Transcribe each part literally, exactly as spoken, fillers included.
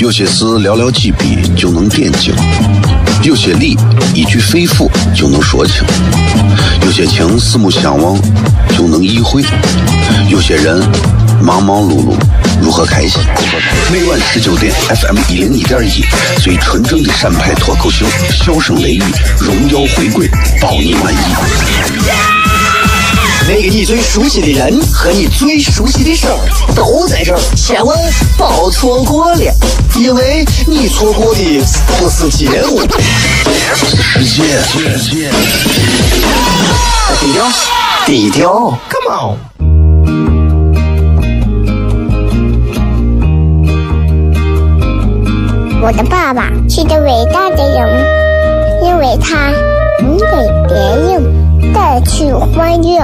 有些事寥寥几笔就能点睛，有些理一句肺腑就能说清，有些情四目相望就能意会，有些人忙忙碌碌如何开心？每晚十九点 F M 一零一点一，最纯正的陕派脱口秀，笑声雷雨，荣耀回归，保你满意。 那个你最熟悉的人和你最熟悉的事儿都在这儿，千万别错过了，因为你错过的不是节目， 世界。 低调，低调 ，Come on。 我的爸爸是个伟大的人，因为他能给别人带去欢乐。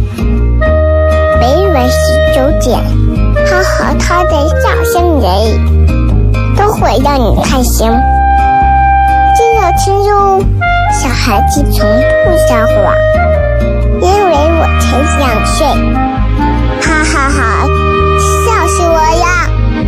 每晚十九点，他和他的笑声人，都会让你开心。记得听哟，小孩子从不撒谎，因为我才两岁。哈哈哈，笑死我呀！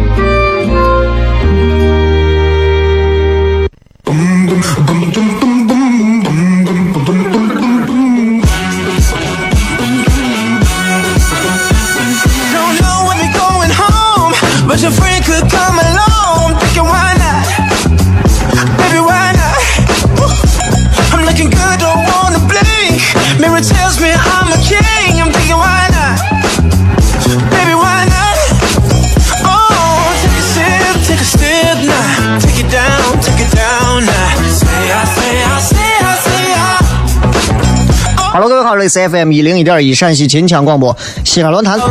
But your friend could come along, thinking why not? Baby, why not? I'm looking good, don't wanna blink. Mirror tells me I'm a king, I'm thinking why not? Baby, why not? Oh, take a sip, take a step now. Take it down, take it down now. Say I, say I, say I, say I. Hello， 各位好，这里是 F M 一零一点一陕西秦腔广播西安论坛。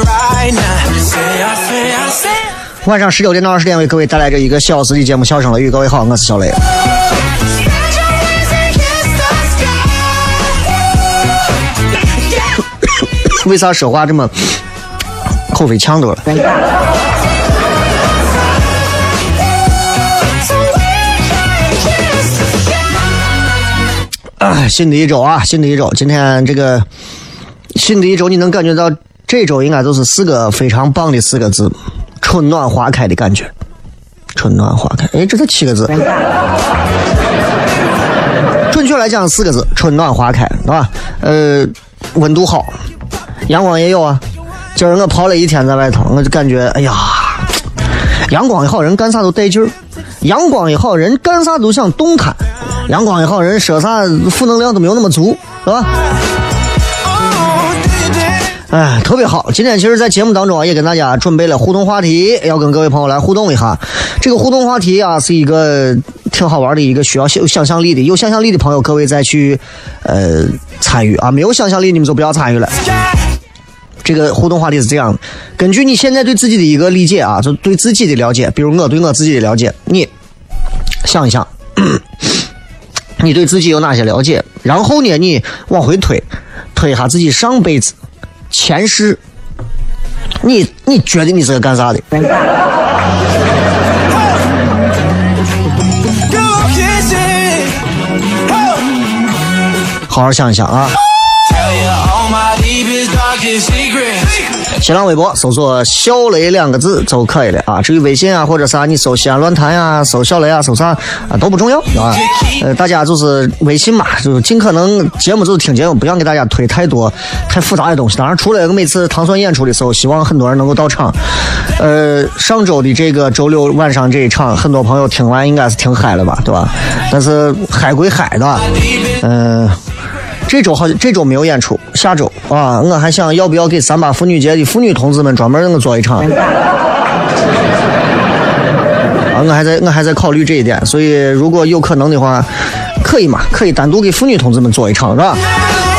晚上十九点到二十点为各位带来这一个小时的节目《笑声雷雨》。各位好，我是小雷。为啥说话这么口肺呛多了？啊，新的一周啊，新的一周，今天这个新的一周，你能感觉到这周应该都是四个非常棒的四个字。春暖花开的感觉，春暖花开，哎，这是七个字，准确来讲四个字，春暖花开，是吧？呃，温度好，阳光也有啊。今儿我跑了一天在外头，我就感觉，哎呀，阳光也好，人干啥都带劲儿；阳光也好，人干啥都想动弹；阳光也好，人说啥负能量都没有那么足，是吧？哎，特别好！今天其实，在节目当中啊，也跟大家准备了互动话题，要跟各位朋友来互动一下。这个互动话题啊，是一个挺好玩的一个需要有想象力的，有想象力的朋友，各位再去呃参与啊；没有想象力，你们就不要参与了。这个互动话题是这样的：根据你现在对自己的一个理解啊，就对自己的了解，比如我对我自己的了解，你想一想，你对自己有哪些了解？然后呢，你往回推，推一下自己上辈子。前世，你你觉得你是个干啥的？好好想一想啊！新浪微博搜索小雷两个字就可以了啊。至于微信啊或者啥，你搜西安论坛啊，搜小雷啊，搜啥啊都不重要啊。呃，大家就是微信嘛，就是尽可能节目就是听节目，不要给大家推太多太复杂的东西。当然，除了每次糖蒜演出的时候，希望很多人能够到场。呃，上周的这个周六晚上这一场，很多朋友听完应该是挺嗨了吧，对吧？但是嗨归嗨的，嗯、呃。这周好，这周没有演出，下周啊，我还想要不要给三八妇女节的妇女同志们专门那个做一场，啊，我还在我还在考虑这一点，所以如果有可能的话，可以嘛，可以单独给妇女同志们做一场，是吧？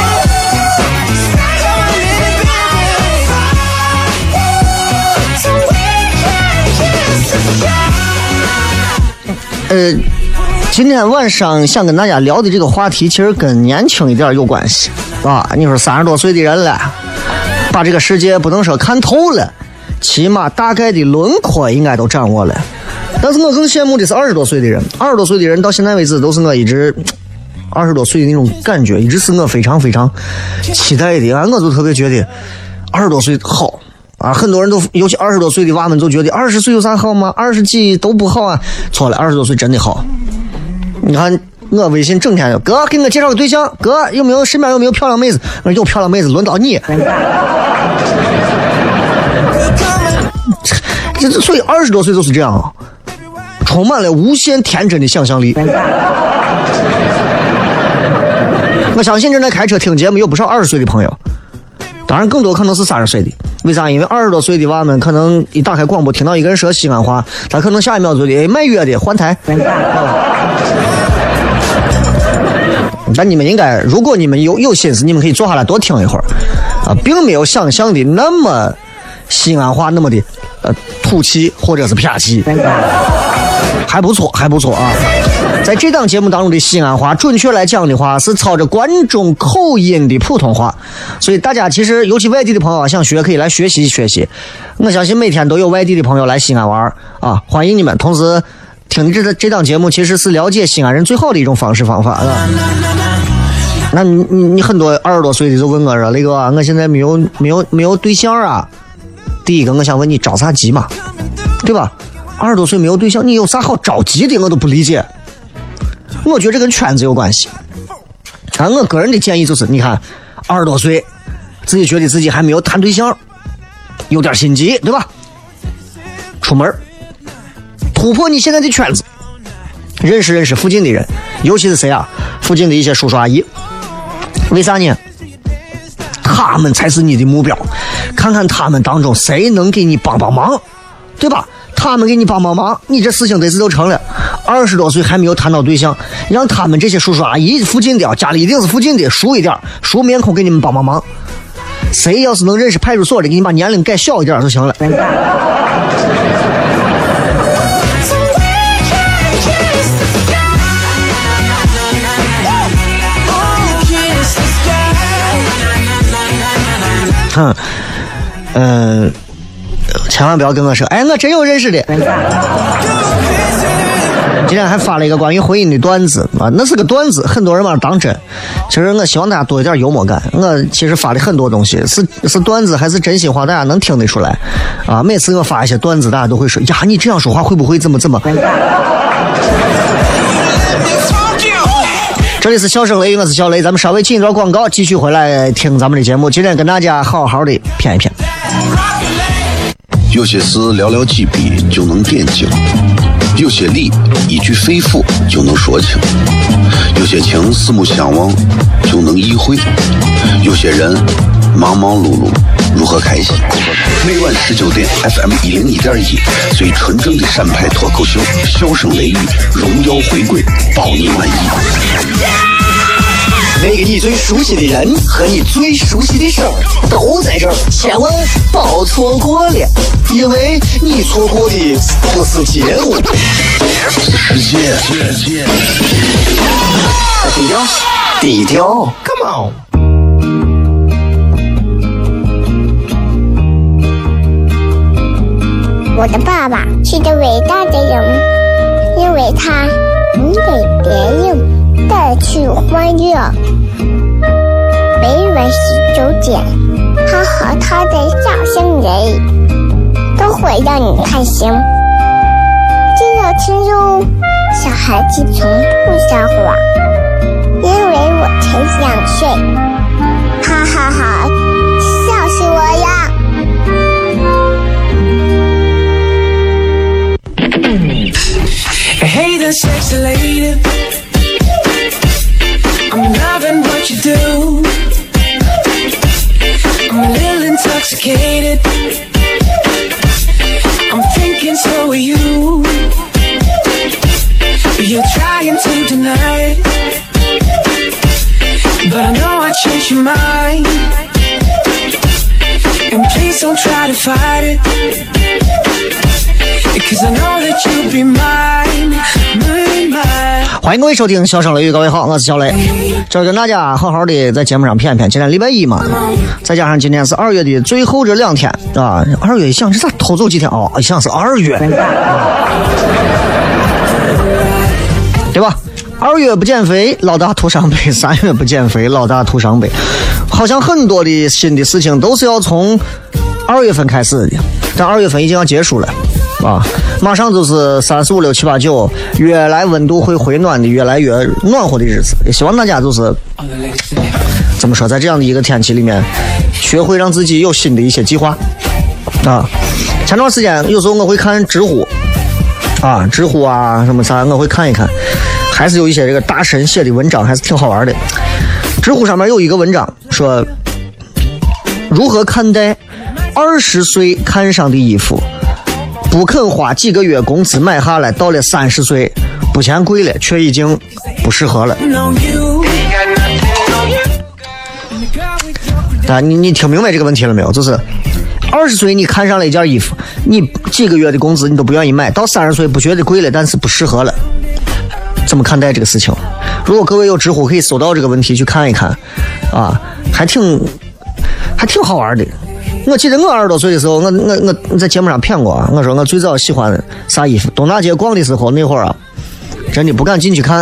呃。今天晚上想跟大家聊的这个话题，其实跟年轻一点有关系啊。你说三十多岁的人了，把这个世界不能说看透了，起码大概的轮廓应该都掌握了。但是我更羡慕的是二十多岁的人，二十多岁的人到现在为止都是我一直二十多岁的那种感觉，一直是我非常非常期待的啊。我就特别觉得二十多岁好， 啊，很多人都，尤其二十多岁的娃们都觉得二十岁有啥好吗？二十几都不好啊。错了，二十多岁真的好。你看我微信整天就哥给我介绍个对象，哥有没有身边有没有漂亮妹子？我说有漂亮妹子，轮到你。这所以二十多岁都是这样啊，充满了无限天真的想象力。我相信正在开车听节目有不少二十岁的朋友，当然更多可能是三十岁的。为啥？因为二十多岁的娃们可能一打开广播听到一个人说西安话，他可能下一秒就得哎卖药的换台。但你们应该，如果你们有有心思，你们可以坐下来多听一会儿啊，并没有想象的那么西安话那么的呃土气或者是啪气，还不错，还不错啊。在这档节目当中的西安话，准确来讲的话是操着关中口音的普通话，所以大家其实尤其外地的朋友啊，想学可以来学习学习。我相信每天都有外地的朋友来西安玩啊，欢迎你们。同时听这这档节目其实是了解西安人最好的一种方式方法啊。那你你你很多二十多岁的就问我说，雷哥，我现在没有没有没有对象啊。第一个我想问你着啥急嘛，对吧？二十多岁没有对象，你有啥好着急的？我都不理解。我觉得这跟圈子有关系啊。我个人的建议就是，你看二十多岁自己觉得自己还没有谈对象，有点心急，对吧？出门突破你现在的圈子，认识认识附近的人，尤其是谁啊？附近的一些叔叔阿姨。为啥呢？他们才是你的目标，看看他们当中谁能给你帮帮忙，对吧？他们给你帮帮忙，你这事情得是就成了。二十多岁还没有谈到对象，让他们这些叔叔阿姨附近的，家里一定是附近的，熟一点，熟面孔给你们帮帮忙。谁要是能认识派出所的，给你把年龄改小一点就行了。哼，嗯、呃，千万不要跟我说，哎，我真有认识的。今天还发了一个关于婚姻的段子啊，那是个段子，很多人把它当真。其实我希望大家多一点幽默感。我其实发的很多东西是是段子还是真心话，大家能听得出来啊。每次我发一些段子，大家都会说呀，你这样说话会不会怎么怎么？这里是笑声雷，我是小雷，咱们稍微进一段广告，继续回来听咱们的节目。今天跟大家好好的谝一谝。 有些事寥寥几笔就能点睛，有些理一句肺腑就能说清，有些情四目相望就能意会，有些人忙忙碌碌如何开心。每晚十九点 F M 一零一点一，最纯正的陕派脱口秀，笑声雷雨，荣耀回归，保你满意。 那个你最熟悉的人和你最熟悉的事儿都在这儿，千万别错过了，因为你错过的不是节目， 世界。 低调，低调 ，Come on。 我的爸爸是个伟大的人，因为他能给别人带去欢乐。每晚十九点，他和他的笑声人，都会让你开心。记得听哟，小孩子从不撒谎，因为我才两岁。哈哈哈，笑死我呀！ Hey there, sexy lady, I'm loving what you do. I'm a little intoxicated, I'm thinking so are you. You're trying to deny it, but I know I changed your mind. And please don't try to fight it, because I know that you'll be mine, mine, mine. 欢迎各位收听笑声雷雨，各位好，我是小雷。这跟大家好好的在节目上谝一谝。今天礼拜一嘛，再加上今天是二月的最后这两天啊，二月一想这咋偷走几天哦？一想是二月，对吧？二月不减肥，老大徒伤悲；三月不减肥，老大徒伤悲。好像很多的新的事情都是要从二月份开始的，但二月份已经要结束了啊，马上就是三四五六七八九，越来温度会回暖的，越来越暖和的日子。也希望大家就是怎么说，在这样的一个天气里面，学会让自己有新的一些计划啊。前段时间有时候我会看知乎啊，知乎啊什么啥，我会看一看，还是有一些这个大神写的文章，还是挺好玩的。知乎上面有一个文章说，如何看待二十岁看上的衣服，不肯花几个月工资买下来，到了三十岁不嫌贵了，却已经不适合了。啊，你你听明白这个问题了没有？就是二十岁你看上了一件衣服，你几个月的工资你都不愿意买，到三十岁不觉得贵了，但是不适合了，怎么看待这个事情？如果各位有知乎，可以搜到这个问题去看一看，啊，还挺还挺好玩的。我记得我二十多岁的时候，我我我在节目上骗过啊，我说我最早喜欢啥衣服，东大街逛的时候那会儿啊，真的不敢进去看。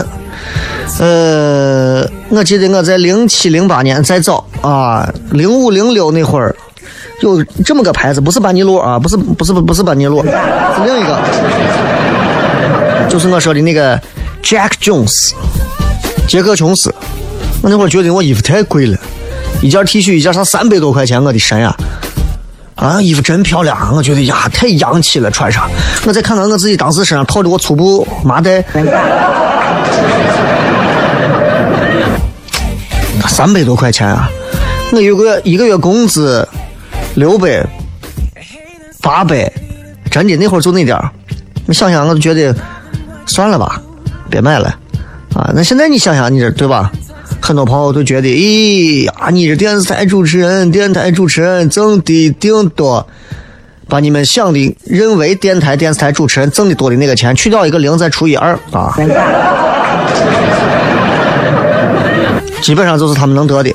呃，我记得我在零七零八年再早啊，零五零六那会儿有这么个牌子，不是班尼路啊，不是不是不是班尼路，是另一个，就是我说的那个 Jack Jones， 杰克琼斯。我那会儿觉得我衣服太贵了，一件 T 恤一件上三百多块钱，我的神呀！啊，衣服真漂亮，我觉得呀太洋气了，穿上。我再看看我自己当时身上套着我粗布麻袋，三百多块钱啊！我一个月一个月工资六百、八百，真的那会儿就那点儿。你想想，我就觉得算了吧，别买了啊！那现在你想想，你这对吧？很多朋友都觉得，咦呀，你这电视台主持人，电台主持人挣的顶多，把你们想的认为电台电视台主持人挣的多的那个钱去掉一个零，再除以二啊，基本上就是他们能得的。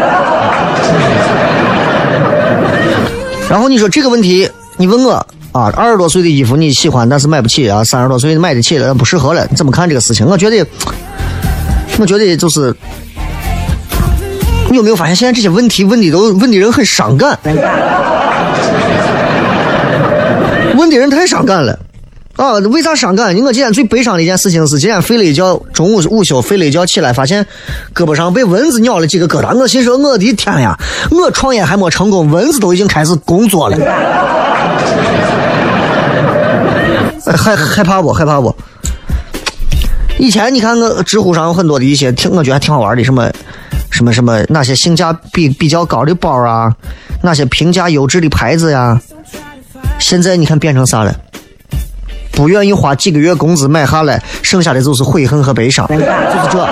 然后你说这个问题，你问我啊，二十多岁的衣服你喜欢，但是买不起啊，三十多岁买得起了，不适合了，你怎么看这个事情？我觉得，我觉得就是。你有没有发现现在这些问题问的都问的人很伤感，问的人太伤感了啊！为啥伤感？我今天最悲伤的一件事情是，今天睡了一觉，中午午休睡了一觉起来，发现胳膊上被蚊子咬了几个疙瘩。我心说，我的天呀！我创业还没成功，蚊子都已经开始工作了。害害怕不？害怕不？以前你看我知乎上有很多的一些挺，我觉得还挺好玩的，什么。什么什么那些性价比比较高的包啊，那些评价优质的牌子呀，现在你看变成啥了？不愿意花几个月工资买下来，剩下的就是悔恨和悲伤，就是这。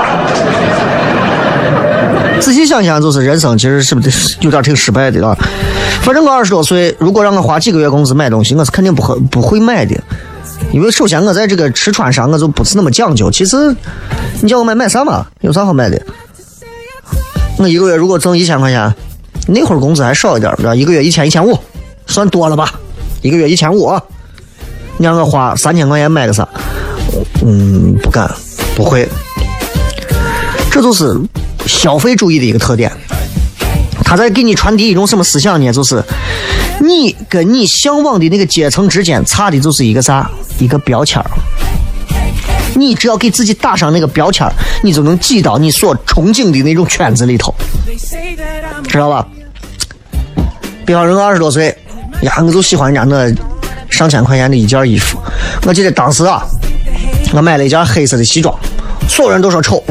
仔细想想，就是人生其实是不是有点挺失败的啊？反正我二十多岁，如果让我花几个月工资买东西，我是肯定不会不会买的。因为首先我在这个吃穿上我就不是那么讲究。其实你叫我买买啥嘛？有啥好买的？我一个月如果挣一千块钱，那会儿工资还少一点，一个月一千一千五，算多了吧？一个月一千五，你让我花三千块钱买个啥？嗯，不敢，不会。这就是消费主义的一个特点，他在给你传递一种什么思想呢？就是你跟你向往的那个阶层之间差的就是一个啥？一个标签。你只要给自己打上那个标签，你就能挤到你所憧憬的那种圈子里头，知道吧？比方说我二十多岁呀，我就喜欢人家那上千块钱的一件衣服。我记得当时啊，我买了一件黑色的西装，所有人都说丑，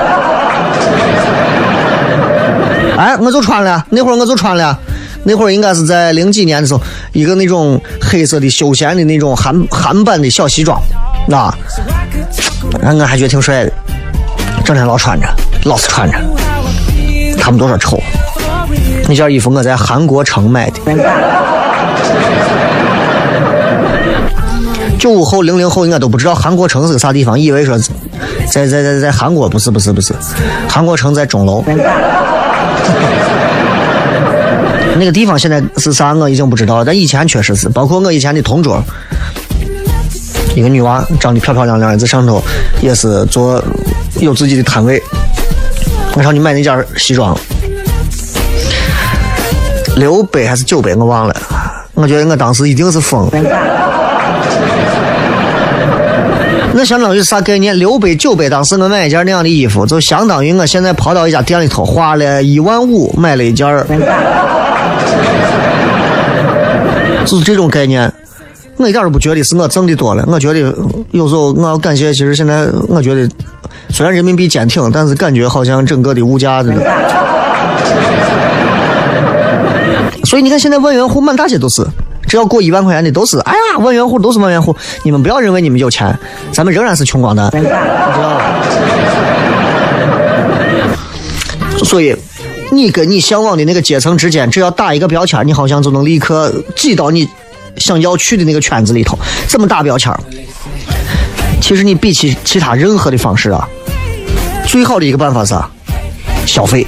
哎，我就穿了，那会儿我就穿了。那会儿应该是在零几年的时候，一个那种黑色的休闲的那种韩韩版的小西装啊，我还觉得挺帅的，整天老穿着，老是穿着。他们都说丑。那件衣服我在韩国城买的。九五后、零零后应该都不知道韩国城是个啥地方，以为说在在在在韩国，不是不是不是，韩国城在钟楼。那个地方现在是啥我已经不知道了，但以前确实是，包括我以前的同桌，一个女娃长得漂漂亮亮，在上头也是做有自己的摊位。我让你买那件西装， 六百还是九百我忘了，我觉得我当时一定是疯了。那相当于啥概念？六百九百，当时我买一件那样的衣服，就相当于我现在跑到一家店里头花了一万五买了一件，就是这种概念。我一点都不觉得是我挣的多了，我觉得有时候我要感谢，其实现在我觉得虽然人民币坚挺，但是感觉好像整个的物价的。所以你看现在万元户满大街都是，只要过一万块钱的都是，哎呀，万元户都是万元户。你们不要认为你们有钱，咱们仍然是穷光蛋，知道吧？所以你跟你向往的那个阶层之间，只要打一个标签，你好像就能立刻挤到你想要去的那个圈子里头。这么打标签，其实你比起其他任何的方式啊，最好的一个办法是啊，消费。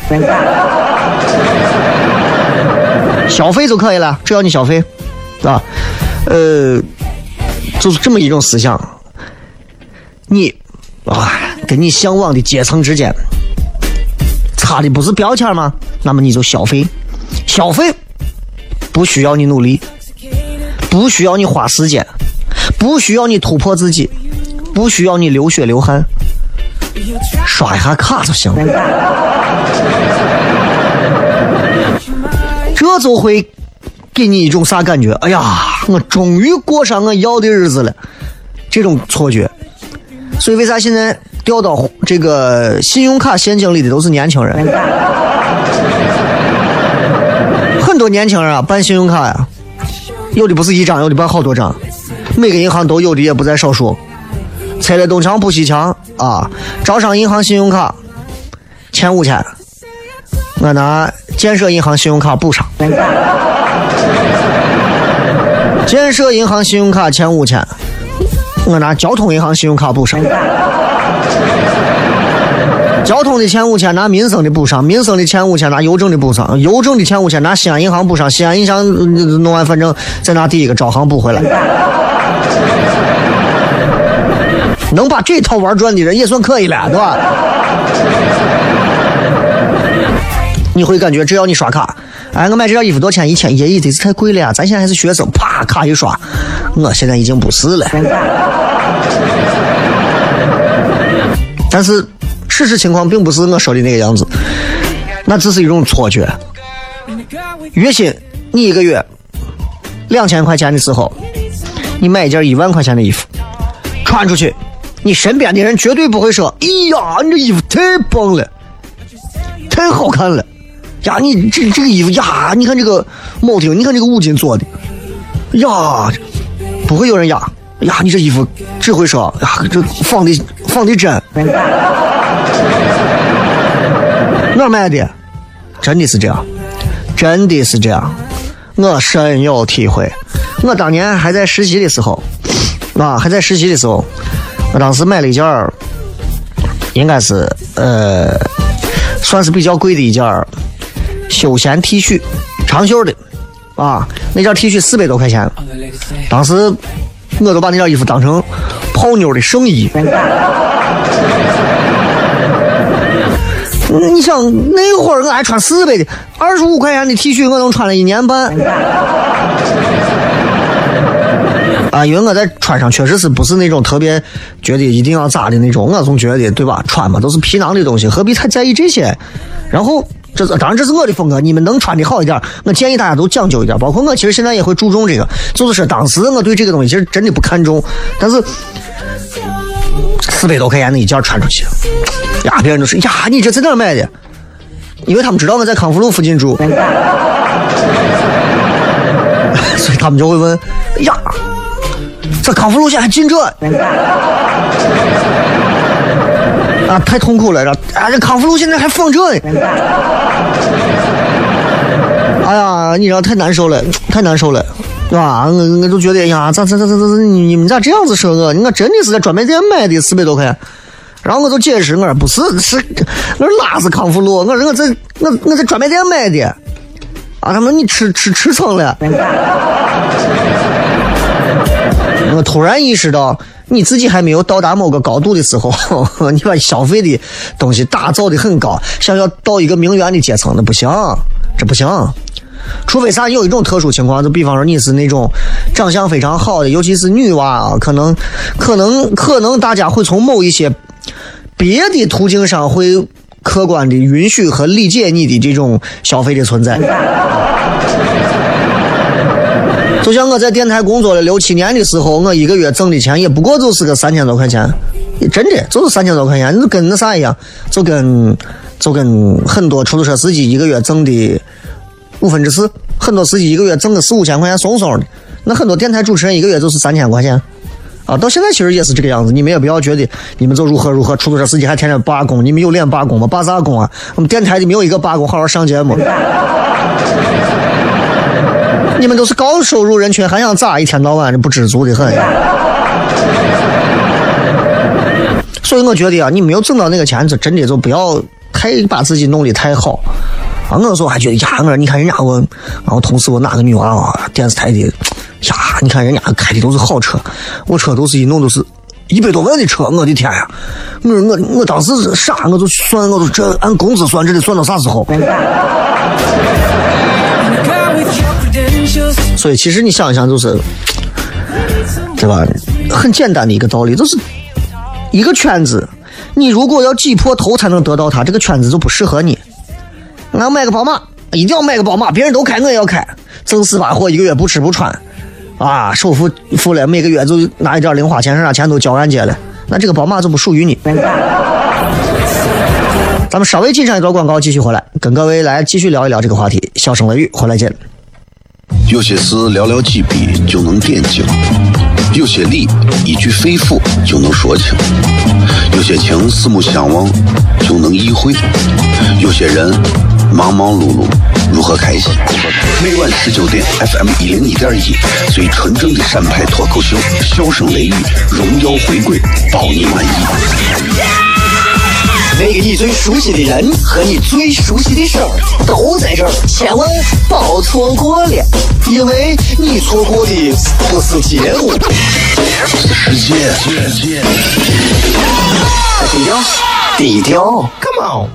消费就可以了，只要你消费，啊，呃，就是这么一种思想。你啊，跟你向往的阶层之间差的不是标签吗？那么你就消费，消费不需要你努力，不需要你花时间，不需要你突破自己，不需要你流血流汗，刷一下卡就行了。这就会给你一种啥感觉？哎呀，我终于过上我要的日子了，这种错觉。所以为啥现在掉到这个信用卡陷阱里的都是年轻人？很多年轻人啊，办信用卡呀、啊，有的不是一张，有的办好多张，每个银行都有的也不在少数。拆了东墙补西墙啊！招商银行信用卡欠五千。我拿建设银行信用卡补上，建设银行信用卡欠五千，我拿交通银行信用卡补上，交通的欠五千拿民生的补上，民生的欠五千拿邮政的补上，邮政的欠五千拿西安银行补上，西安银行弄完反正再拿第一个招行补回来。能把这套玩转的人也算可以了，对吧？你会感觉只要你刷卡，哎，我买这件衣服多钱？一千一，咦，这次太贵了呀！咱现在还是学生，啪，卡一刷，我现在已经不是了。但是事实情况并不是我说的那个样子，那只是一种错觉。月薪你一个月两千块钱的时候，你买一件一万块钱的衣服，穿出去，你身边的人绝对不会说：“哎呀，你这衣服太棒了，太好看了。”呀，你这这个衣服呀，你看这个铆钉，你看这个五金做的，呀，不会有人呀呀，你这衣服只会说呀，这仿的仿的真，哪买的？真的是这样，真的是这样，我深有体会。我当年还在实习的时候，啊，还在实习的时候，我当时买了一件，应该是呃，算是比较贵的一件。休闲 T 恤，长袖的，啊，那件 T 恤四百多块钱，当时我都把那件衣服当成泡妞的圣衣。你想那会儿我还穿四百的，二十五块钱的 T 恤我能穿了一年半。啊，因为我在穿上确实是不是那种特别觉得一定要咋的那种，我总觉得对吧，穿嘛都是皮囊的东西，何必太在意这些？然后这当然这是我的风格，你们能穿的好一点，我建议大家都讲究一点，包括我其实现在也会注重这个，就是说当时我对这个东西其实真的不看重，但是四百多块钱的一件穿出去呀，别人都说呀你这在哪儿买的，因为他们知道我在康复路附近住，所以他们就会问呀这康复路线还进这啊，太痛苦了！啊，这康复路现在还放这呢！哎呀，你知道太难受了，太难受了，对吧？我我都觉得呀，咋咋咋咋咋，你你们咋这样子说我？我真的是在专卖店买的，四百多块钱。然后我就解释，我说不是，是我说哪是康复路？我说我在我我在专卖店买的。啊，他们你吃吃吃撑了。我突然意识到。你自己还没有到达某个高度的时候，你把消费的东西打造的很高，想要到一个名媛的阶层，那不行，这不行。 除非啥有一种特殊情况，就比方说你是那种长相非常好的，尤其是女娃啊，可能可能可能大家会从某一些别的途径上会客观的允许和理解你的这种消费的存在。就像我在电台工作了六七年的时候，我一个月挣的钱也不过就是个三千多块钱，真的就是三千多块钱，就跟那啥一样，就跟就跟很多出租车司机一个月挣的五分之四，很多司机一个月挣个四五千块钱松松的，那很多电台主持人一个月就是三千块钱啊，到现在其实也是这个样子。你们也不要觉得你们就如何如何，出租车司机还天天罢工，你们有脸罢工吗？罢啥工啊？我们电台里没有一个罢工，好好上节目。你们都是高收入人群，还想咋？一天到晚的不知足的很。所以我觉得啊，你没有挣到那个钱，就真的就不要太把自己弄得太好啊。我说还觉得呀，我你看人家我，然后同事我哪个女娃娃电视台的呀，你看人家开的都是好车，我车都是一弄都是一百多万的车，我的天呀！我我我当时傻，我就算我就这按工资算，这得算到啥时候？所以其实你想一想，就是对吧？很简单的一个道理，就是一个圈子，你如果要挤破头才能得到它，这个圈子就不适合你。我要买个宝马，一定要买个宝马，别人都开我也要开，挣四把货，一个月不吃不穿啊，首付付了，每个月就拿一点零花钱，剩下钱都交按揭了，那这个宝马就不属于你。咱们稍微进上一段广告，继续回来跟各位来继续聊一聊这个话题。笑声雷雨，回来见。 有些事寥寥几笔就能点睛，有些理一句肺腑就能说清，有些情四目相望就能意会，有些人忙忙碌碌如何开心。每晚十九点 F M 一零一点一，最纯正的陕派脱口秀，笑声雷雨，荣耀回归，保你满意。 那个你最熟悉的人和你最熟悉的事儿都在这儿，千万别错过了，因为你错过的不是节目， 世界。 低调，低调 ，Come on。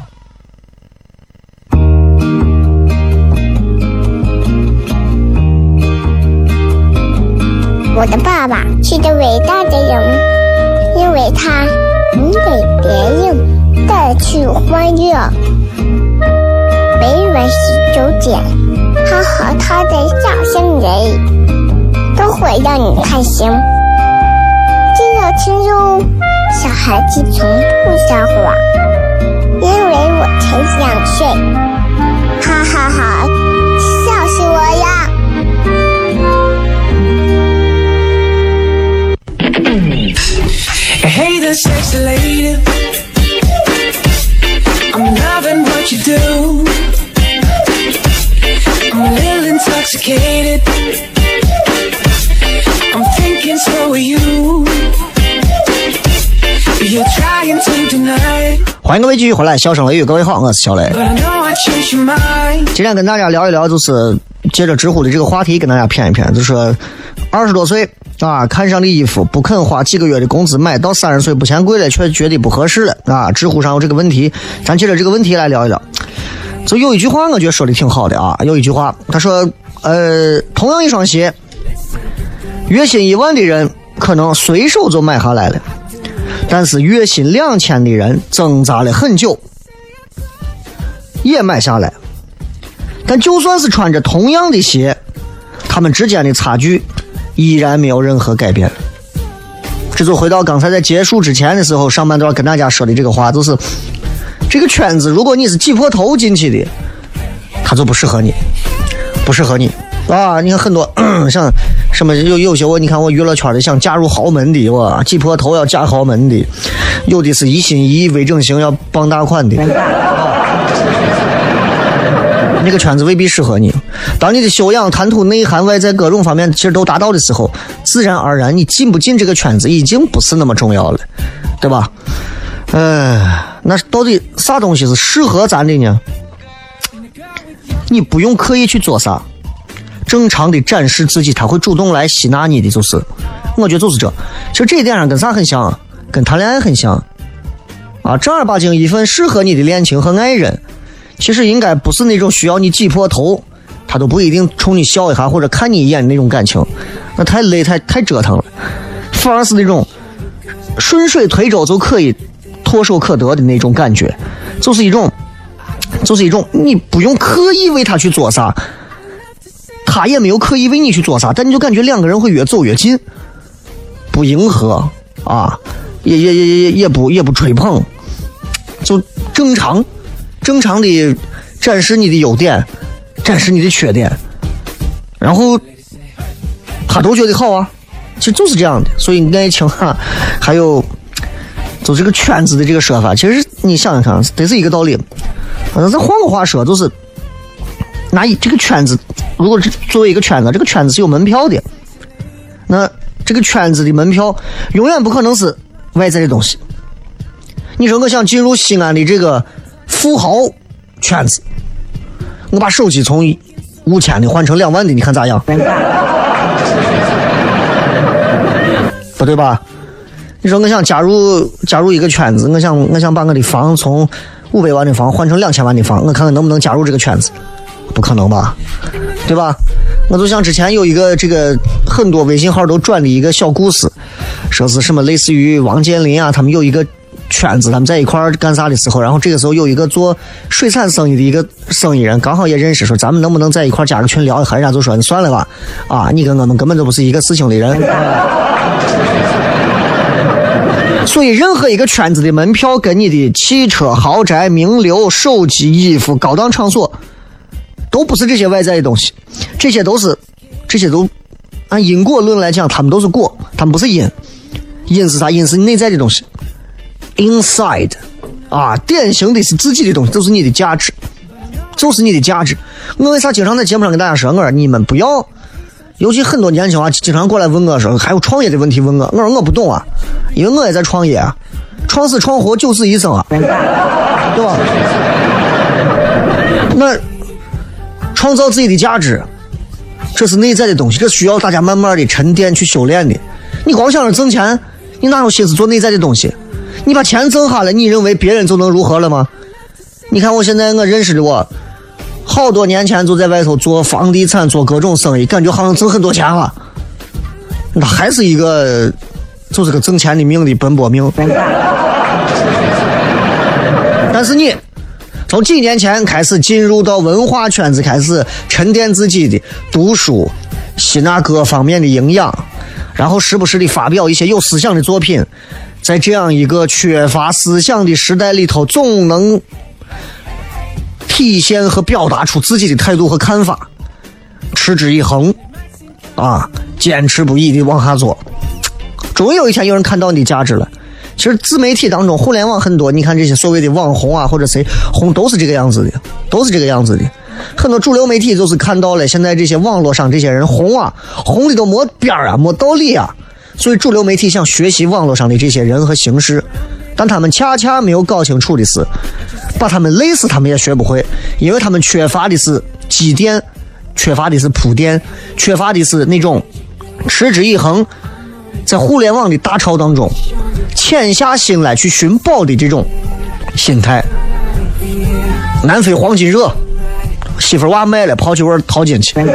我的爸爸是个伟大的人，因为他能给别人带去欢乐。每晚十九点，他和他的笑声人都会让你开心。记得听哟，小孩子从不撒谎，因为我才两岁。哈哈哈，笑死我呀！ Hey there, sexy lady, I'm loving what you do. I'm a little intoxicated, I'm thinking so are you. You're trying to deny. 欢迎各位继续回来，笑声雷雨，各位好，我是小雷。今天跟大家聊一聊，就是接着知乎的这个话题，跟大家谝一谝，就是二十多岁啊，看上的衣服不肯花几个月的工资买，到三十岁不嫌贵了，却觉得不合适了啊。知乎上有这个问题，咱接着这个问题来聊一聊。就有一句话，我觉得说的挺好的啊。有一句话，他说，呃，同样一双鞋，月薪一万的人可能随手就买下来了，但是月薪两千的人挣扎了很久，也买下来。但就算是穿着同样的鞋，他们之间的差距依然没有任何改变。这就回到刚才在结束之前的时候，上半段跟大家说的这个话，就是这个圈子，如果你是挤破头进去的，它就不适合你，不适合你啊！你看很多像什么有有些我你看我娱乐圈的想嫁入豪门的，我挤破头要嫁豪门的，有的是一心一意微整形要傍大款的。那个圈子未必适合你。当你的修养、谈吐、内涵、外在各种方面其实都达到的时候，自然而然你进不进这个圈子已经不是那么重要了，对吧？呃，那到底啥东西是适合咱的呢？你不用刻意去做啥，正常的展示自己，他会主动来吸纳你的，就是我觉得就是这。其实这一点上跟啥很像，跟谈恋爱很像啊，正儿八经一份适合你的恋情和爱人。其实应该不是那种需要你挤破头， 他都不一定冲你笑一下或者看你一眼的那种感情，那太累太太折腾了。反而是那种顺水推舟就可以唾手可得的那种感觉，就是一种就是一种你不用刻意为他去做啥，他也没有刻意为你去做啥，但你就感觉两个人会越走越近，不迎合啊，也也也也也不也不吹捧，就正常正常的展示你的优点，展示你的缺点，然后他都觉得好啊，其实就是这样的。所以爱情啊，还有就这个圈子的这个说法，其实你想想看，得是一个道理。那再换个话说，就是拿这个圈子，如果是作为一个圈子，这个圈子是有门票的，那这个圈子的门票永远不可能是外在的东西。你说我想进入西安的这个富豪圈子，我把手机从五千的换成两万的，你看咋样？不对吧？你说我想加入加入一个圈子，我想我想把我的房从五百万的房换成两千万的房，我看看能不能加入这个圈子？不可能吧？对吧？我就像之前有一个这个很多微信号都转的一个小故事，说是什么类似于王健林啊，他们有一个圈子，他们在一块儿干啥的时候，然后这个时候有一个做水产生意的一个生意人刚好也认识，说咱们能不能在一块儿加个群聊一下，人家就说你算了吧，啊，你跟我们根本就不是一个事情的人。所以任何一个圈子的门票跟你的汽车、豪宅、名流、手机、衣服、高档场所都不是这些外在的东西，这些都是这些都按因果论来讲，他们都是果，他们不是因。因是啥？因是内在的东西 inside 啊，典型的是自己的东西，就是你的价值，就是你的价值。我为啥经常在节目上跟大家说，我说你们不要，尤其很多年轻啊经常过来问我说还有创业的问题问我，我说我不懂啊，因为我也在创业啊，创死创活九死一生啊，对吧？那创造自己的价值，这是内在的东西，这需要大家慢慢的沉淀去修炼的。你光想着挣钱，你哪有心思做内在的东西？你把钱挣下来，你认为别人就能如何了吗？你看我现在我认识的我好多年前就在外头做房地产做各种生意，感觉好像挣很多钱了，那还是一个就是个挣钱的命的奔波命。但是你从几年前开始进入到文化圈子，开始沉淀自己的读书，吸纳各方面的营养，然后时不时的发表一些有思想的作品，在这样一个缺乏思想的时代里头，总能体现和表达出自己的态度和看法，持之以恒啊，坚持不移的往下做，终于有一天有人看到你的价值了。其实自媒体当中，互联网很多，你看这些所谓的网红啊，或者谁红，都是这个样子的，都是这个样子的。很多主流媒体就是看到了现在这些网络上这些人红啊，红的都没边啊，没道理啊，所以主流媒体想学习网络上的这些人和形式，但他们恰恰没有搞清楚的是，把他们累死他们也学不会，因为他们缺乏的是积淀，缺乏的是铺垫，缺乏的是那种持之以恒，在互联网的大潮当中潜下心来去寻宝的这种心态。南非黄金热，媳妇娃卖了，跑去玩淘金去。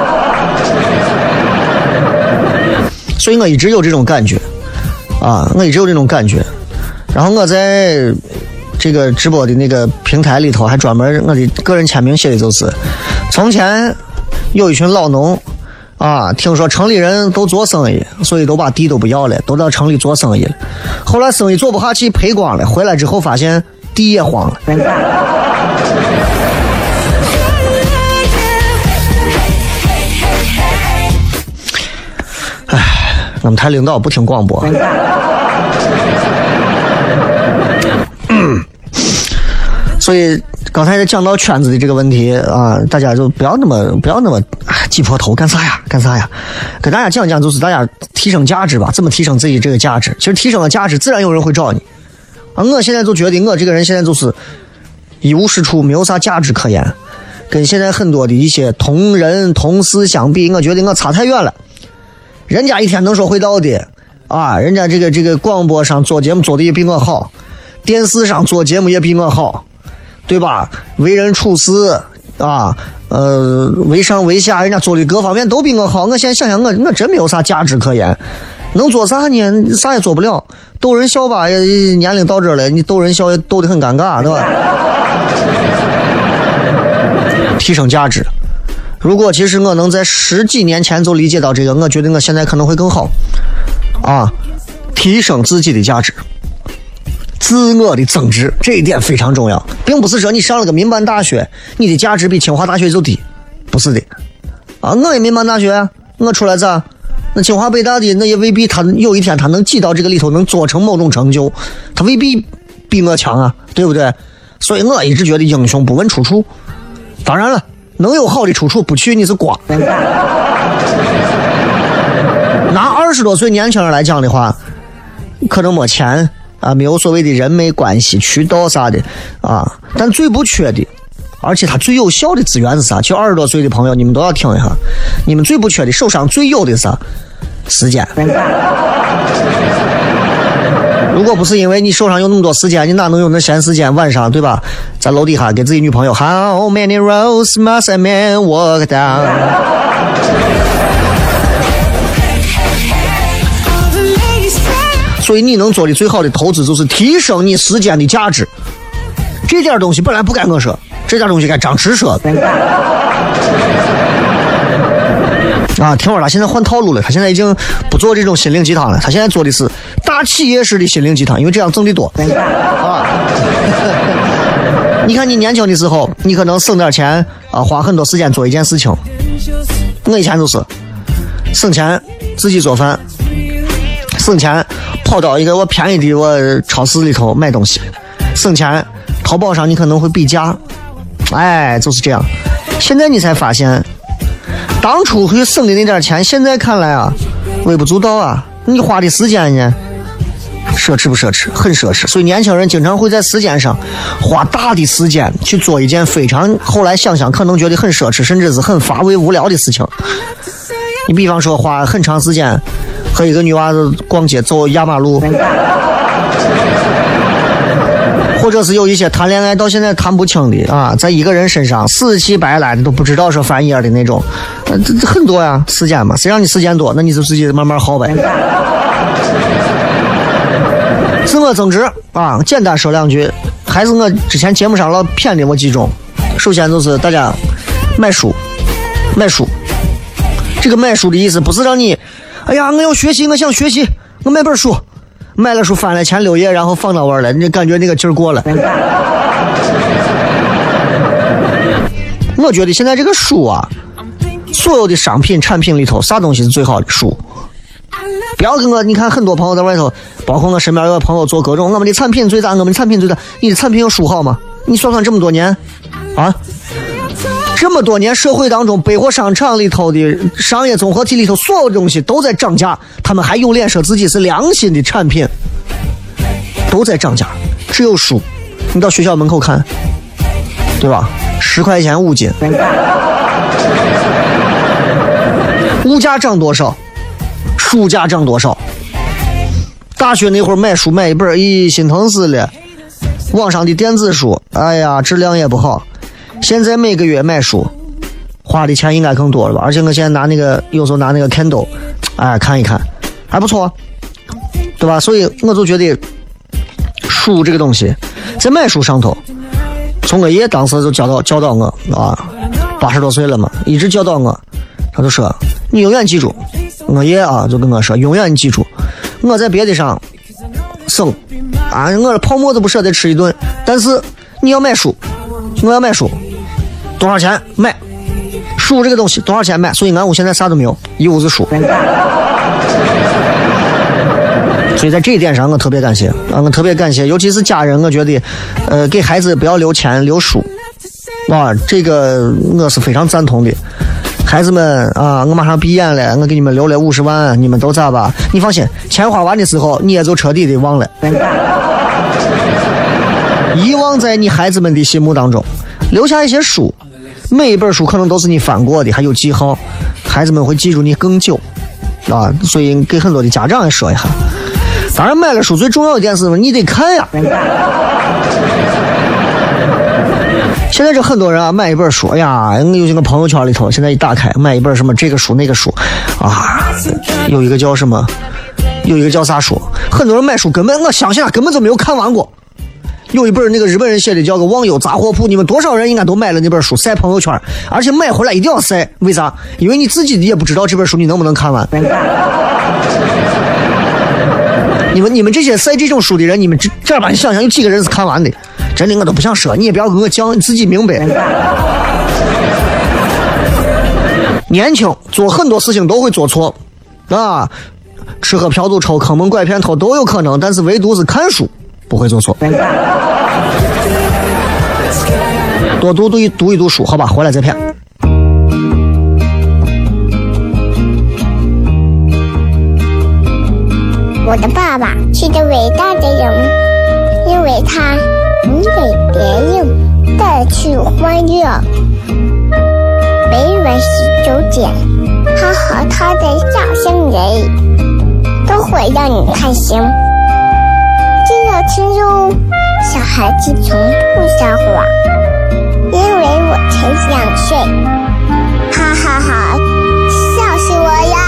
所以我一直有这种感觉啊，我一直有这种感觉。然后我在这个直播的那个平台里头还专门我的个人签名写的就是从前有一群老农啊，听说城里人都做生意，所以都把地都不要了，都到城里做生意了。后来生意做不下去赔光了，回来之后发现地也荒了。唉，我们台领导不听广播。所以刚才讲到圈子的这个问题啊，大家就不要那么不要那么挤破头干啥呀干啥呀，跟大家讲讲就是大家提升价值吧，怎么提升自己这个价值。其实提升了价值，自然有人会找你啊。我现在就觉得我这个人现在就是一无是处，没有啥价值可言，跟现在很多的一些同人同事相比，我觉得我差太远了。人家一天能说会道的啊，人家这个这个广播上做节目做的也比我好，电视上做节目也比我好，对吧？为人处事啊， 呃，为上为下，人家做的各方面都比我好。我现在想想，我我真没有啥价值可言，能做啥呢？啥也做不了。逗人笑吧，年龄到这了，你逗人笑也逗得很尴尬，对吧？提升价值。如果其实我能在十几年前就理解到这个，我觉得我现在可能会更好啊！提升自己的价值。自我的增值，这一点非常重要，并不是说你上了个民办大学，你的价值比清华大学就低，不是的。啊，我也民办大学，我出来咋？那清华北大的那也未必他有一天他能挤到这个里头，能做成某种成就，他未必比我强啊，对不对？所以我一直觉得英雄不问出处。当然了，能有好的出处，不去你是瓜。拿二十多岁年轻人来讲的话，可能没钱。啊，没有所谓的人脉关系、渠道啥的啊，但最不缺的，而且它最有效的资源是啥？就二十多岁的朋友，你们都要听一下，你们最不缺的，手上最有的是啥？时间。如果不是因为你手上有那么多时间，你哪能有那闲时间？晚上对吧，在楼底下给自己女朋友 How many roads must a man walk down？所以你能做的最好的投资就是提升你时间的价值。这点东西本来不该我说，这点东西该张弛说。啊，听我了，现在换套路了，他现在已经不做这种心灵鸡汤了，他现在做的是大企业式的心灵鸡汤，因为这样挣得多。啊，你看你年轻的时候，你可能省点钱啊，花很多时间做一件事情。我以前就是省钱自己做饭。省钱跑到一个我便宜的我超市里头买东西，省钱淘宝上你可能会比价，哎，就是这样。现在你才发现，当初会省的那点钱，现在看来啊，微不足道啊。你花的时间呢，奢侈不奢侈？很奢侈。所以年轻人经常会在时间上花大的时间去做一件非常后来想想可能觉得很奢侈，甚至是很乏味无聊的事情。你比方说花很长时间和一个女娃子逛街走压马路，或者是有一些谈恋爱到现在谈不清的啊，在一个人身上死乞白赖的都不知道是翻页的那种，呃，这很多呀，时间嘛，谁让你时间多，那你就自己慢慢耗呗。自我增值啊，简单说两句，还是我之前节目上老骗的我几种。首先就是大家买书，买书。这个买书的意思不是让你，哎呀，我要学习，我想学习，我买本书，买了书翻了前六页，然后放到位了，你感觉那个劲儿过了。我觉得现在这个书啊，所有的商品产品里头，啥东西是最好的？书。不要跟我，你看很多朋友在外头，包括我身边有朋友做各种，我们的产品最大，我们的产品最大，你的产品有书好吗？你算算这么多年，啊？这么多年社会当中，百货商场里头的商业综合体里头，所有东西都在涨价，他们还有脸说自己是良心的产品，都在涨价。只有书，你到学校门口看，对吧？十块钱五斤，物价涨多少，书价涨多少。大学那会儿买书买一本，咦，心疼死了。网上的电子书，哎呀，质量也不好。现在每个月买书花的钱应该更多了吧？而且我现在拿那个有时候拿那个 Kindle 哎看一看还不错，对吧？所以我就觉得书这个东西在买书上头，从我爷当时就教导教导我啊，八十多岁了嘛，一直教导我，他就说你永远记住，我爷啊就跟我说永远记住，我在别的上省啊，我的泡沫都不舍得吃一顿，但是你要买书，我要买书，多少钱买？书这个东西多少钱买？所以俺屋现在啥都没有，一屋子书。所以在这一点上，我特别感谢啊，我特别感谢，尤其是家人，我觉得，呃，给孩子不要留钱留书，哇，这个我是非常赞同的。孩子们啊，我马上毕业了，我给你们留了五十万，你们都咋吧？你放心，钱花完的时候，你也就彻底的忘了。遗忘在你孩子们的心目当中，留下一些书，每一本书可能都是你翻过的，还有记号，孩子们会记住你更久啊。所以给很多的家长也说一下，当然买了书最重要一点是你得看呀。 现在这很多人啊，买一本书，哎呀，有些个朋友圈里头，现在一打开，买一本什么这个书那个书，啊，有一个叫什么，有一个叫啥书，很多人买书根本我相信啊，根本就没有看完过。有一本那个日本人写的叫个《忘忧杂货铺》，你们多少人应该都买了那本书晒朋友圈，而且买回来一定要晒，为啥？因为你自己也不知道这本书你能不能看完。你们你们这些晒这种书的人，你们这这吧，你想想有几个人是看完的？真的我都不想说，你也不要跟我讲，你自己明白。年轻做很多事情都会做错啊，吃喝嫖赌抽坑蒙拐骗偷都有可能，但是唯独是看书不会做错。多读读一读一读书，好吧，回来再骗。 我的爸爸是个伟大的人，因为他能给别人带去欢乐。每晚十九点，他和他的笑声人，都会让你开心。真有听哟，小孩子从不撒谎，因为我才两岁。哈哈哈，笑死我呀！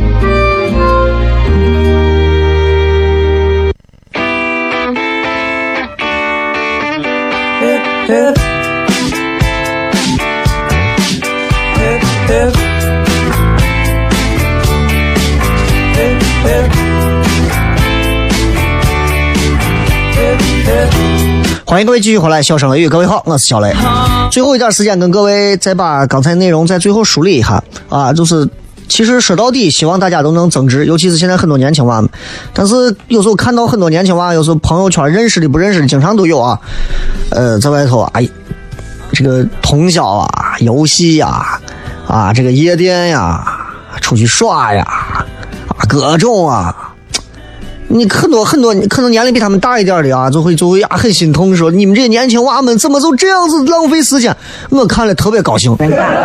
欢迎各位继续回来，笑声雷雨，各位好，我是小雷。最后一点时间跟各位再把刚才内容在最后梳理一下啊，就是其实说到底，希望大家都能增值，尤其是现在很多年轻娃们。但是有时候看到很多年轻娃，有时候朋友圈认识的不认识的，经常都有啊。呃，在外头啊，这个通宵啊，游戏呀，啊，这个夜店呀，出去耍呀，啊，各种啊。你很多很多可能年龄比他们大一点的啊，就会就会啊很心痛，说你们这些年轻娃们怎么就这样子浪费时间？我看了特别高兴。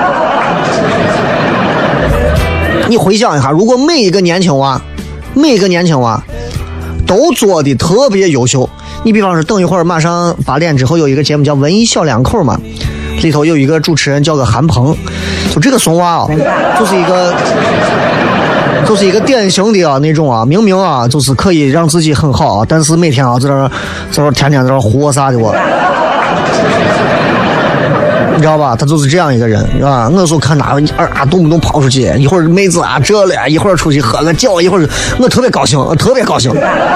你回想一下，如果每一个年轻娃，每一个年轻娃都做的特别优秀，你比方说等一会儿马上八点之后有一个节目叫《文艺小两口》嘛，里头有一个主持人叫个韩鹏，就这个怂娃啊，就是一个。就是一个典型的啊那种啊，明明啊就是可以让自己很好啊，但是每天啊在这儿在这儿天天在这儿活啥的我，你知道吧？他就是这样一个人啊。我说看哪啊动不动跑出去，一会儿妹子啊这了，一会儿出去喝个酒，一会儿我特别高兴，特别高兴。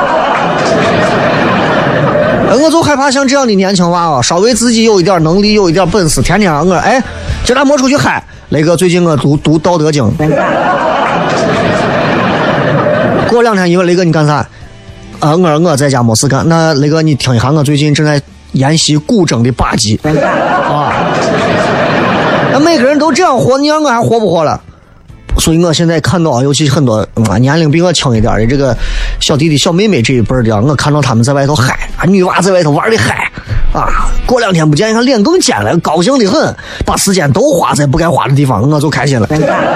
我就害怕像这样的年轻娃啊，稍微自己有一点能力，有一点本事，天天啊我哎这俩没出去嗨。雷哥最近我读读道德经。过两天因为雷哥你干啥啊？我我在家没事干。那雷哥你听一下，我最近正在研习古筝的把击啊。那每个人都这样活，你让我还活不活了？所以我现在看到，尤其很多、嗯、年龄比我轻一点的这个小弟弟小妹妹这一辈的，我看到他们在外头嗨啊，女娃在外头玩的嗨啊，过两天不见，你看脸更尖了，高兴的很，把时间都花在不该花的地方，我就开心了。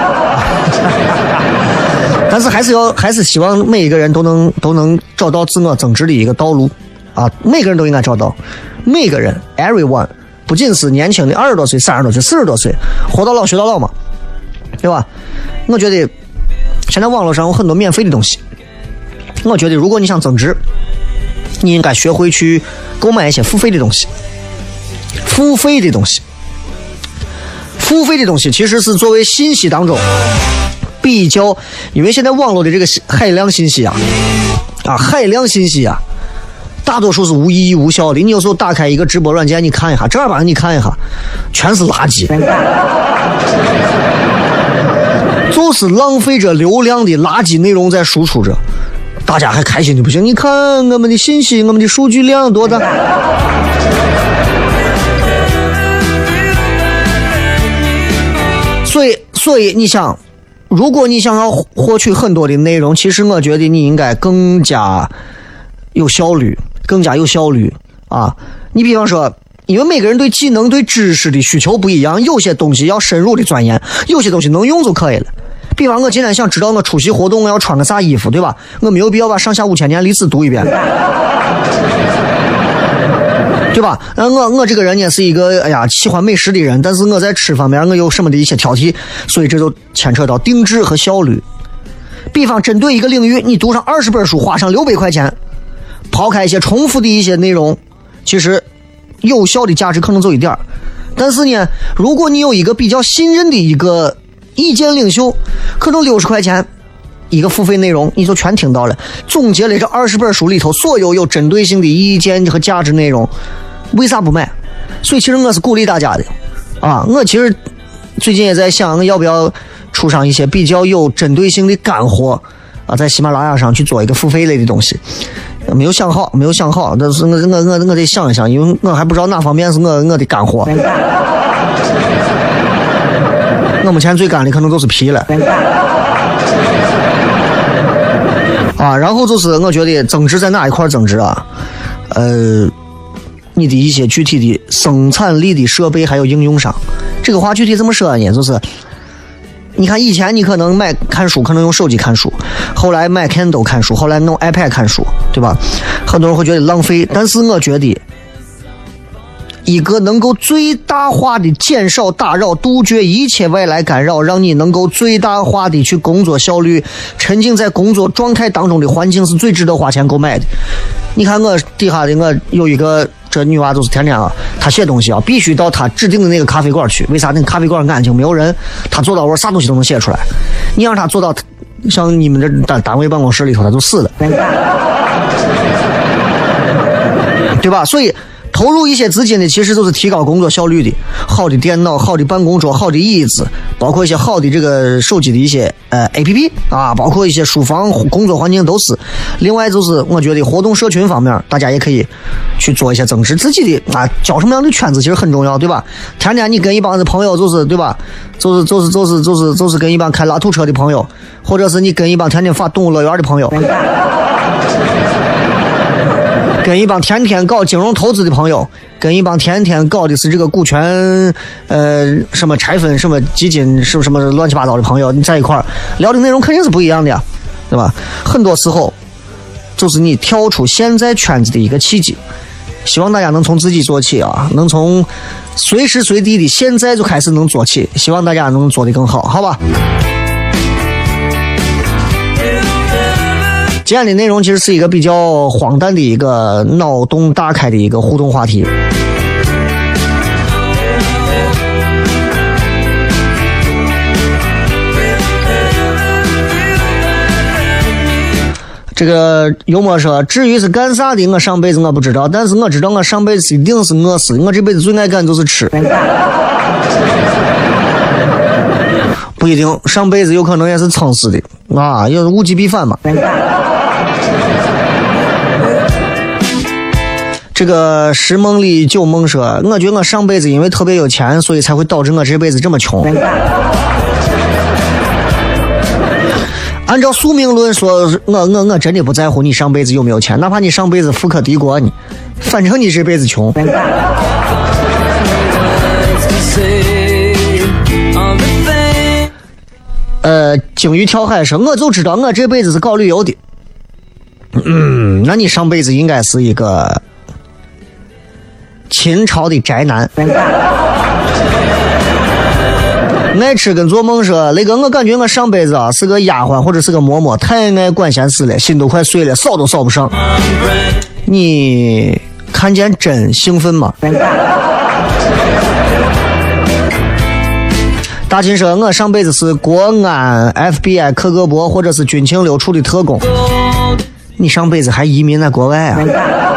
但是还是要还是希望每一个人都能都能找到自我增值的一个道路啊！每个人都应该找到，每个人 everyone， 不仅是年轻的二十多岁、三十多岁、四十多岁，活到老学到老嘛，对吧？我觉得现在网络上有很多免费的东西，我觉得如果你想增值，你应该学会去购买一些付费的东西。付费的东西，付费的东西其实是作为信息当中。比较，因为现在网络的这个海量信息啊，啊海量信息啊，大多数是无意义无效的。你有时候打开一个直播软件，你看一下，正儿八经你看一下，全是垃圾，就是浪费着流量的垃圾内容在输出着，大家还开心的不行。你看我们的信息，我们的数据量多大。所以，所以你想。如果你想要获取很多的内容，其实我觉得你应该更加有效率，更加有效率啊！你比方说，因为每个人对技能、对知识的需求不一样，有些东西要深入的钻研，有些东西能用就可以了。比方我今天想知道我出席活动我要穿个啥衣服，对吧？我没有必要把上下五千年历史读一遍。 对吧？呃，我我这个人呢是一个哎呀喜欢美食的人，但是我在吃方面我有什么的一些挑剔，所以这就牵扯到定制和效率。比方针对一个领域，你读上二十本书，花上六百块钱，抛开一些重复的一些内容，其实有效的价值可能就一点儿。但是呢，如果你有一个比较信任的一个意见领袖，可能六十块钱一个付费内容你就全听到了，总结了这二十本书里头所有有针对性的意见和价值内容，为啥不买？所以其实我是鼓励大家的啊！我其实最近也在想要不要出上一些比较有针对性的干货啊，在喜马拉雅上去做一个付费类的东西，没有想好，没有想好，但是我我我我得想一想，因为我还不知道哪方面是我我的干货。我目前最干的可能都是皮了。啊，然后就是我觉得增值在哪一块增值啊？呃，你的一些具体的生产力的设备还有应用上，这个话具体怎么说呢？就是你看以前你可能买看书，可能用手机看书，后来买 Kindle 看书，后来弄 iPad 看书，对吧？很多人会觉得浪费，但是我觉得一个能够最大化的减少打扰，杜绝一切外来干扰，让你能够最大化的去工作效率，沉浸在工作状态当中的环境是最值得花钱购买的。你看我底下的我有一个这女娃，就是天天啊，她写东西啊，必须到她指定的那个咖啡馆去。为啥？那个咖啡馆安静，没有人，她坐到我啥东西都能写出来。你让她坐到像你们这单单位办公室里头，她就死了，对吧？所以投入一些资金的，其实都是提高工作效率的。好的电脑、好的办公桌、好的椅子，包括一些好的这个手机的一些呃 A P P 啊，包括一些书房工作环境都是。另外就是我觉得活动社群方面，大家也可以去做一些增值自己的啊，交什么样的圈子其实很重要，对吧？天天你跟一帮子朋友就是对吧？就是就是就是就是就是跟一帮开拉土车的朋友，或者是你跟一帮天天发动物乐园的朋友。跟一帮天天搞金融投资的朋友，跟一帮天天搞的是这个股权呃什么拆分什么基金什么什么乱七八糟的朋友，你在一块儿聊的内容肯定是不一样的呀，对吧？很多时候就是你跳出现在圈子的一个契机。希望大家能从自己做起啊，能从随时随地的现在就开始能做起，希望大家能做得更好，好吧？今天的内容其实是一个比较荒诞的一个脑洞大开的一个互动话题。这个幽默说，至于是干啥的，我上辈子我不知道，但是我知道我上辈子一定是饿死，我这辈子最爱干就是吃。不一定，上辈子有可能也是撑死的啊，要物极必反嘛。这个石梦里旧梦说，我觉得我上辈子因为特别有钱，所以才会导致我这辈子这么穷。按照宿命论说，我我我真的不在乎你上辈子有没有钱，哪怕你上辈子富可敌国，你反正你这辈子穷。呃，鲸鱼跳海说，我就知道我这辈子是搞旅游的。嗯，那你上辈子应该是一个秦朝的宅男。爱吃跟做梦说，那个我感觉我上辈子啊是个丫鬟或者是个嬷嬷，太爱管闲事了，心都快碎了，扫都扫不上。你看见真兴奋吗？大秦说，我上辈子是国安 F B I 克格勃或者是军情六处的特工。你上辈子还移民在国外啊？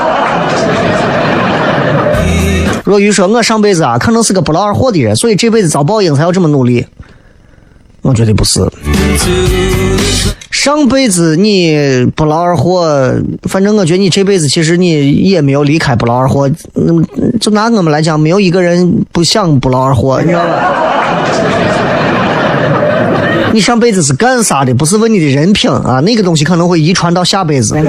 若愚说，我上辈子啊可能是个不劳而获的人，所以这辈子遭报应才要这么努力。我觉得不是，上辈子你不劳而获，反正我觉得你这辈子其实你也没有离开不劳而获。嗯，就拿我们来讲，没有一个人不想不劳而获，你知道吧？你上辈子是干啥的？不是问你的人品啊，那个东西可能会遗传到下辈子。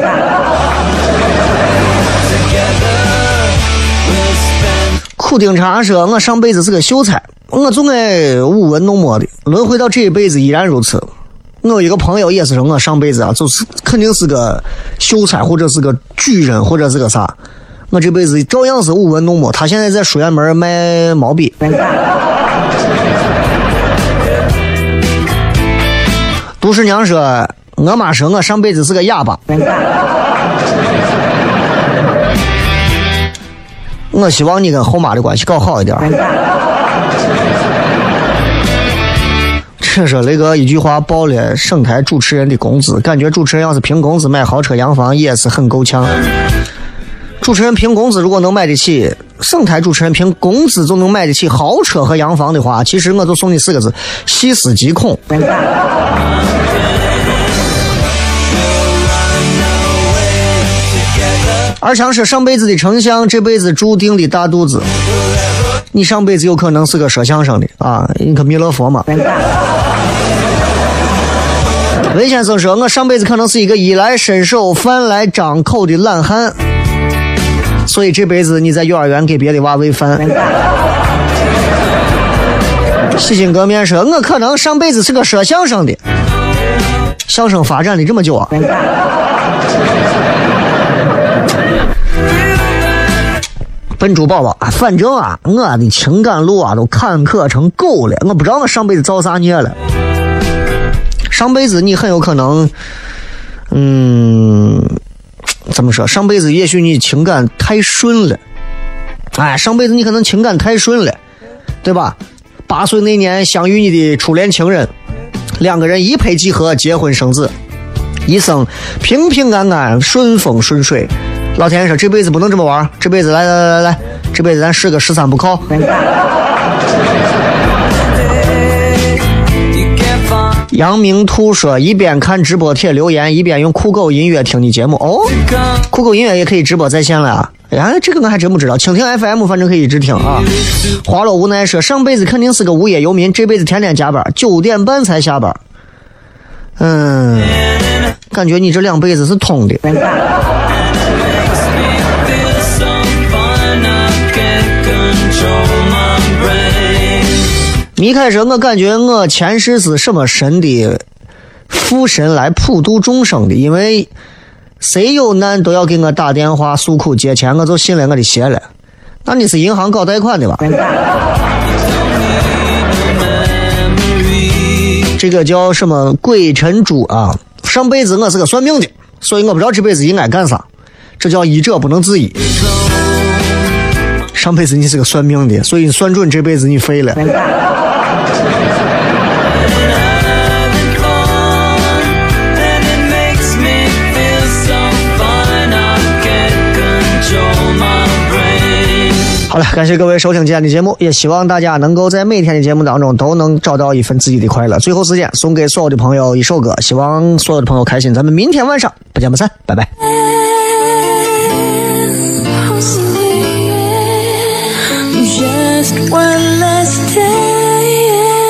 苦丁茶说，我上辈子是个秀才，我总爱舞文弄墨的，轮回到这一辈子依然如此。我有一个朋友也是说，我上辈子啊，就是肯定是个秀才，或者是个举人，或者是个啥。 我这辈子照样是舞文弄墨。他现在在书院门卖毛笔。杜十娘说，我妈说我上辈子是个哑巴。我希望你跟后妈的关系搞好一点。这说雷哥一句话爆了省台主持人的工资，感觉主持人要是凭工资买豪车洋房也是很够呛。主持人凭工资如果能买得起，省台主持人凭工资就能买得起豪车和洋房的话，其实我就送你四个字：细思极恐。二强是上辈子的丞相，这辈子注定的大肚子。你上辈子有可能是个说相声的啊，你可弥勒佛嘛。文先生说，我上辈子可能是一个衣来伸手饭来张口的懒汉，所以这辈子你在幼儿园给别的娃喂饭。洗心革面说，我可能上辈子是个说相声的，相声发展的这么久啊。笨猪宝宝啊，反正啊，我的情感路啊都坎坷成狗了，我不知道我上辈子造啥孽了。上辈子你很有可能，嗯，怎么说？上辈子也许你情感太顺了，哎，上辈子你可能情感太顺了，对吧？八岁那年相遇你的初恋情人，两个人一拍即合，结婚生子，一生平平安安，顺风顺水。老天爷说这辈子不能这么玩，这辈子来来来来来，这辈子咱试个十三不靠。杨明兔说，一边看直播贴留言，一边用酷狗音乐听你节目。哦，酷狗音乐也可以直播在线了啊！哎，这个我还真不知道。蜻蜓 F M 反正可以一直听啊。花落无奈说，上辈子肯定是个无业游民，这辈子天天加班，九点半才下班。嗯，感觉你这两辈子是通的。米开说，我感觉我前世是什么神的父神来普度众生的，因为谁有难都要给我打电话诉苦借钱，我就信了我的邪了。那你是银行搞贷款的吧？这个叫什么鬼神猪啊？上辈子我是个算命的，所以我不知道这辈子应该干啥，这叫医者不能自医。上辈子你是个算命的，所以你算准这辈子你废了。好了，感谢各位收听今天的节目，也希望大家能够在每天的节目当中都能找到一份自己的快乐。最后时间送给所有的朋友一首歌，希望所有的朋友开心。咱们明天晚上不见不散，拜拜。 Just one last day.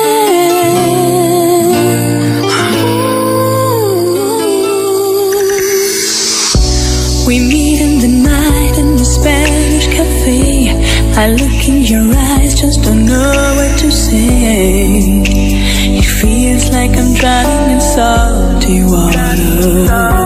We meet in the night in the Spanish cafe. I look in your eyes, just don't know what to say. It feels like I'm drowning in salty water.